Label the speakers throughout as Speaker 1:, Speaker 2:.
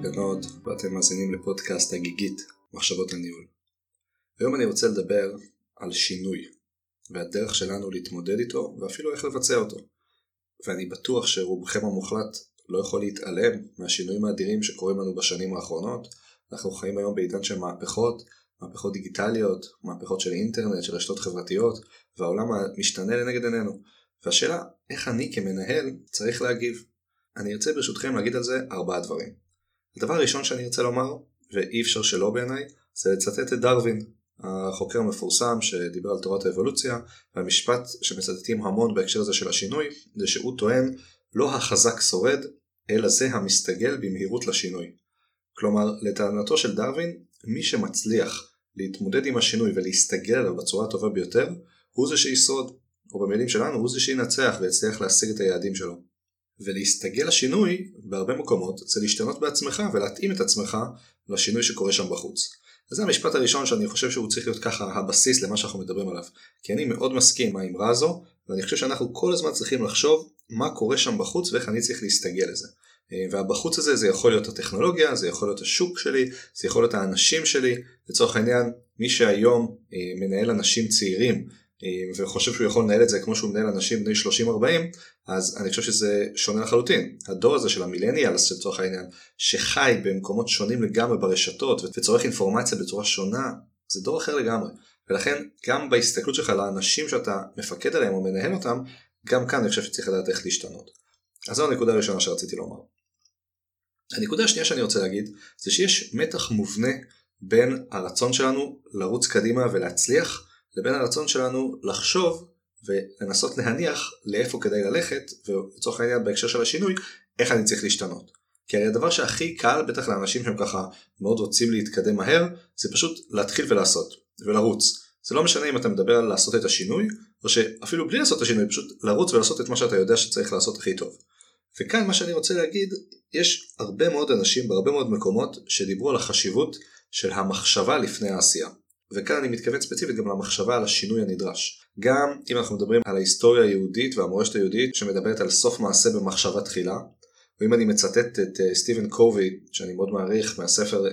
Speaker 1: בנות, ואתם מאזינים לפודקאסט הגיגית, מחשבות הניהול. היום אני רוצה לדבר על שינוי, והדרך שלנו להתמודד איתו, ואפילו איך לבצע אותו. ואני בטוח שרובכם המוחלט לא יכול להתעלם מהשינויים האדירים שקורים לנו בשנים האחרונות. אנחנו חיים היום בעידן של מהפכות דיגיטליות, מהפכות של אינטרנט, של רשתות חברתיות, והעולם משתנה לנגד עינינו. והשאלה, איך אני כמנהל צריך להגיב? אני ארצה ברשותכם להגיד על זה 4 דברים. הדבר הראשון שאני ארצה לומר, ואי אפשר שלא בעיניי, זה לצטט את דרווין, החוקר המפורסם שדיבר על תורת האבולוציה, והמשפט שמצטטים המון בהקשר הזה של השינוי, זה שהוא טוען, לא החזק שורד, אלא זה המסתגל במהירות לשינוי. כלומר, לטענתו של דרווין, מי שמצליח להתמודד עם השינוי ולהסתגל עליו בצורה הטובה ביותר, הוא זה שישרוד, או במילים שלנו, הוא זה שינצח ויצליח להשיג את היעדים שלו. ולהסתגל לשינוי, בהרבה מקומות, זה להשתנות בעצמך ולהתאים את עצמך לשינוי שקורה שם בחוץ. אז זה המשפט הראשון שאני חושב שהוא צריך להיות ככה הבסיס למה שאנחנו מדברים עליו. כי אני מאוד מסכים עם האמרה הזו, ואני חושב שאנחנו כל הזמן צריכים לחשוב מה קורה שם בחוץ ואיך אני צריך להסתגל לזה. והבחוץ הזה זה יכול להיות הטכנולוגיה, זה יכול להיות השוק שלי, זה יכול להיות האנשים שלי. לצורך העניין, מי שהיום מנהל אנשים צעירים, וחושב שהוא יכול לנהל את זה כמו שהוא מנהל אנשים בני 30-40, אז אני חושב שזה שונה לחלוטין. הדור הזה של המילניאלס לצורך העניין, שחי במקומות שונים לגמרי ברשתות, וצורך אינפורמציה בצורה שונה, זה דור אחר לגמרי. ולכן גם בהסתכלות שלך לאנשים שאתה מפקד עליהם או מנהל אותם, גם כאן אני חושב שצריך לדעת איך להשתנות. אז זו הנקודה הראשונה שרציתי לומר. הנקודה השנייה שאני רוצה להגיד, זה שיש מתח מובנה בין הרצון שלנו לרוץ קדימה ולהצליח, לבין הרצון שלנו לחשוב ולנסות להניח לאיפה כדאי ללכת, ולצורך העניין בהקשר של השינוי, איך אני צריך להשתנות. כי הרי הדבר שהכי קל, בטח לאנשים שהם ככה מאוד רוצים להתקדם מהר, זה פשוט להתחיל ולעשות, ולרוץ. זה לא משנה אם אתה מדבר על לעשות את השינוי, או שאפילו בלי לעשות את השינוי, פשוט לרוץ ולעשות את מה שאתה יודע שצריך לעשות הכי טוב. וכאן מה שאני רוצה להגיד, יש הרבה מאוד אנשים בהרבה מאוד מקומות שדיברו על החשיבות של המחשבה לפני העשייה. וכאן אני מתכוון ספציפית גם למחשבה על השינוי הנדרש. גם אם אנחנו מדברים על ההיסטוריה היהודית והמורשת היהודית שמדברת על סוף מעשה במחשבה תחילה, ואם אני מצטט את סטיבן קובי, שאני מאוד מעריך מהספר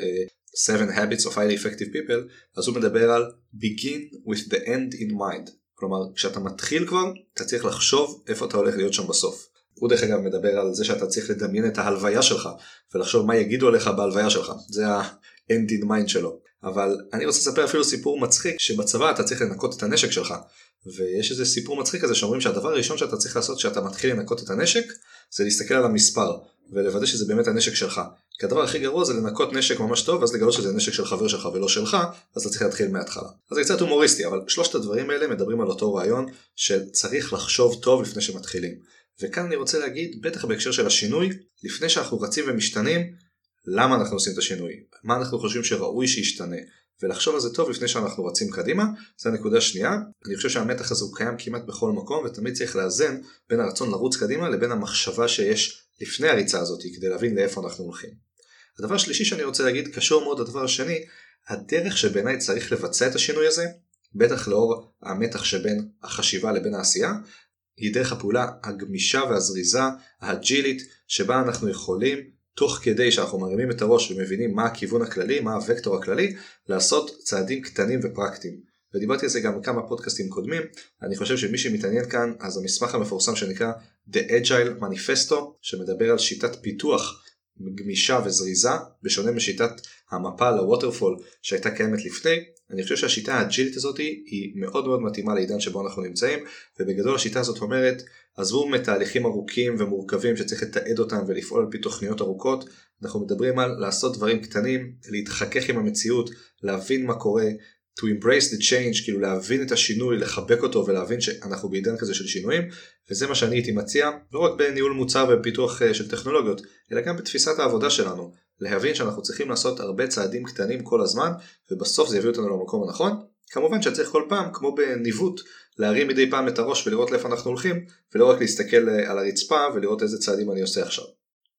Speaker 1: 7 Habits of Highly Effective People, אז הוא מדבר על begin with the end in mind. כלומר, כשאתה מתחיל כבר, אתה צריך לחשוב איפה אתה הולך להיות שם בסוף. הוא דרך אגב מדבר על זה שאתה צריך לדמיין את ההלוויה שלך, ולחשוב מה יגידו עליך בהלוויה שלך. זה ה-end in mind שלו. אבל אני רוצה לספר אפילו סיפור מצחיק, שבצבא אתה צריך לנקות את הנשק שלך. ויש איזה סיפור מצחיק הזה שאומרים שהדבר הראשון שאתה צריך לעשות כשאתה מתחיל לנקות את הנשק, זה להסתכל על המספר, ולוודא שזה באמת הנשק שלך. כי הדבר הכי גרוע זה לנקות נשק ממש טוב, אז לגלות שזה נשק של חבר שלך ולא שלך, אז אתה צריך להתחיל מההתחלה. אז זה קצת הומוריסטי, אבל 3 הדברים האלה מדברים על אותו רעיון, שצריך לחשוב טוב לפני שמתחילים. וכאן אני רוצה להגיד, בטח בהקשר של השינוי, לפני שאנחנו רצים ומשתנים, למה אנחנו עושים את השינוי? מה אנחנו חושבים שראוי שישתנה? ולחשוב על זה טוב לפני שאנחנו רצים קדימה. זו הנקודה שנייה. אני חושב שהמתח הזה הוא קיים כמעט בכל מקום, ותמיד צריך לאזן בין הרצון לרוץ קדימה לבין המחשבה שיש לפני הריצה הזאת, כדי להבין לאיפה אנחנו הולכים. הדבר השלישי שאני רוצה להגיד, קשור מאוד לדבר השני, הדרך שבעיניי צריך לבצע את השינוי הזה, בטח לאור המתח שבין החשיבה לבין העשייה, היא דרך הפעולה הגמישה והזריזה, האג'ילית, שבה אנחנו יכולים תוך כדי שאנחנו מרימים את הראש ומבינים מה הכיוון הכללי, מה הוקטור הכללי, לעשות צעדים קטנים ופרקטיים. ודיברתי על זה גם בכמה פודקאסטים קודמים. אני חושב שמי שמתעניין כאן, אז המסמך המפורסם שנקרא The Agile Manifesto, שמדבר על שיטת פיתוח גמישה וזריזה, בשונה משיטת המפה לווטרפול שהייתה קיימת לפני. אני חושב שהשיטה האג'ילית הזאת היא מאוד מאוד מתאימה לעידן שבו אנחנו נמצאים, ובגדול השיטה הזאת אומרת, עזבו מתהליכים ארוכים ומורכבים שצריך לתעד אותם ולפעול על פי תוכניות ארוכות, אנחנו מדברים על לעשות דברים קטנים, להתחכך עם המציאות, להבין מה קורה, to embrace the change, כאילו להבין את השינוי, לחבק אותו ולהבין שאנחנו בעידן כזה של שינויים, וזה מה שאני הייתי מציע, לא רק בניהול מוצר ופיתוח של טכנולוגיות, אלא גם בתפיסת העבודה שלנו, להבין שאנחנו צריכים לעשות הרבה צעדים קטנים כל הזמן, ובסוף זה יביא אותנו למקום הנכון. כמובן שצריך כל פעם, כמו בניווט, להרים מדי פעם את הראש ולראות לאיפה אנחנו הולכים, ולא רק להסתכל על הרצפה ולראות איזה צעדים אני עושה עכשיו.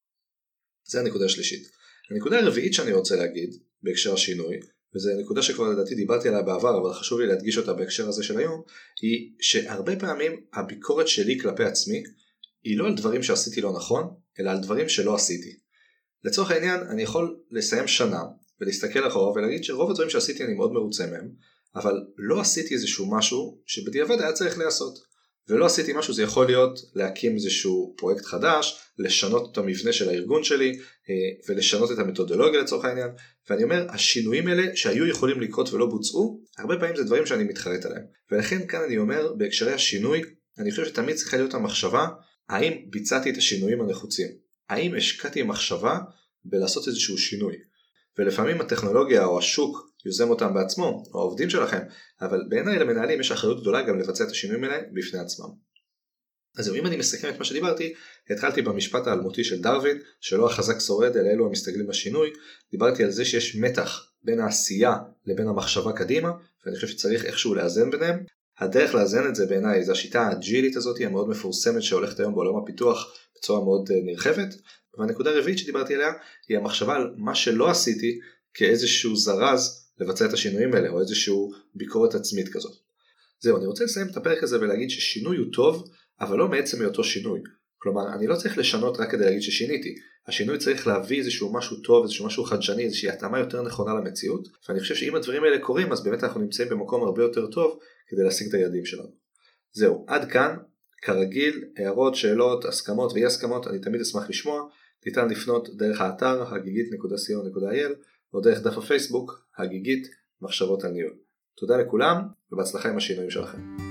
Speaker 1: זה הנקודה השלישית. הנקודה הרביעית שאני רוצה להגיד, בהקשר השינוי, וזו נקודה שכבר לדעתי דיברתי עליה בעבר, אבל חשוב לי להדגיש אותה בהקשר הזה של היום, היא שהרבה פעמים הביקורת שלי כלפי עצמי, היא לא על דברים שעשיתי לא נכון, אלא על דברים שלא עשיתי. לצורך העניין אני יכול לסיים שנה ולהסתכל אחורה ולהגיד שרוב הדברים שעשיתי אני מאוד מרוצה מהם, אבל לא עשיתי איזשהו משהו שבדיעבד היה צריך לעשות. ולא עשיתי משהו, זה יכול להיות להקים איזשהו פרויקט חדש, לשנות את המבנה של הארגון שלי, ולשנות את המתודולוגיה לצורך העניין, ואני אומר, השינויים האלה שהיו יכולים לקרות ולא בוצעו, הרבה פעמים זה דברים שאני מתחרט עליהם. ולכן כאן אני אומר, בהקשרי השינוי, אני חושב שתמיד צריכה להיות המחשבה, האם ביצעתי את השינויים הנחוצים? האם השקעתי מחשבה בלעשות איזשהו שינוי? ולפעמים הטכנולוגיה או השוק יוזם אותם בעצמו, או העובדים שלכם, אבל בעיניי למנהלים יש אחריות גדולה גם לבצע את השינויים האלה בפני עצמם. אז אם אני מסכם את מה שדיברתי, התחלתי במשפט האלמותי של דרווין, שלא החזק שורד אלא אלו המסתגלים לשינוי, דיברתי על זה שיש מתח בין העשייה לבין המחשבה קדימה, ואני חושב שצריך איכשהו לאזן ביניהם. הדרך לאזן את זה בעיניי זה השיטה האג'ילית הזאת, המאוד מפורסמת שהולכת היום בעולם הפיתוח בצורה מאוד נרחבת, והנקודה הרביעית שדיברתי עליה היא המחשבה על מה שלא עשיתי כאיזשהו זרז לבצע את השינויים האלה, או איזשהו ביקורת עצמית כזאת. זהו, אני רוצה לסיים את הפרק הזה ולהגיד ששינוי הוא טוב, אבל לא מעצם מאותו שינוי. כלומר, אני לא צריך לשנות רק כדי להגיד ששיניתי. השינוי צריך להביא איזשהו משהו טוב, איזשהו משהו חדשני, איזושהי התאמה יותר נכונה למציאות, ואני חושב שאם הדברים האלה קורים, אז באמת אנחנו נמצאים במקום הרבה יותר טוב כדי להשיג את היעדים שלנו. זהו, עד כאן, כרגיל, הערות, שאלות, הסכמות ואי הסכמות, אני תמיד אשמח לשמוע. ניתן לפנות דרך האתר הגיגית.co.il או דרך דף הפייסבוק הגיגית מחשבות על ניהול. תודה לכולם ובהצלחה עם השינויים שלכם.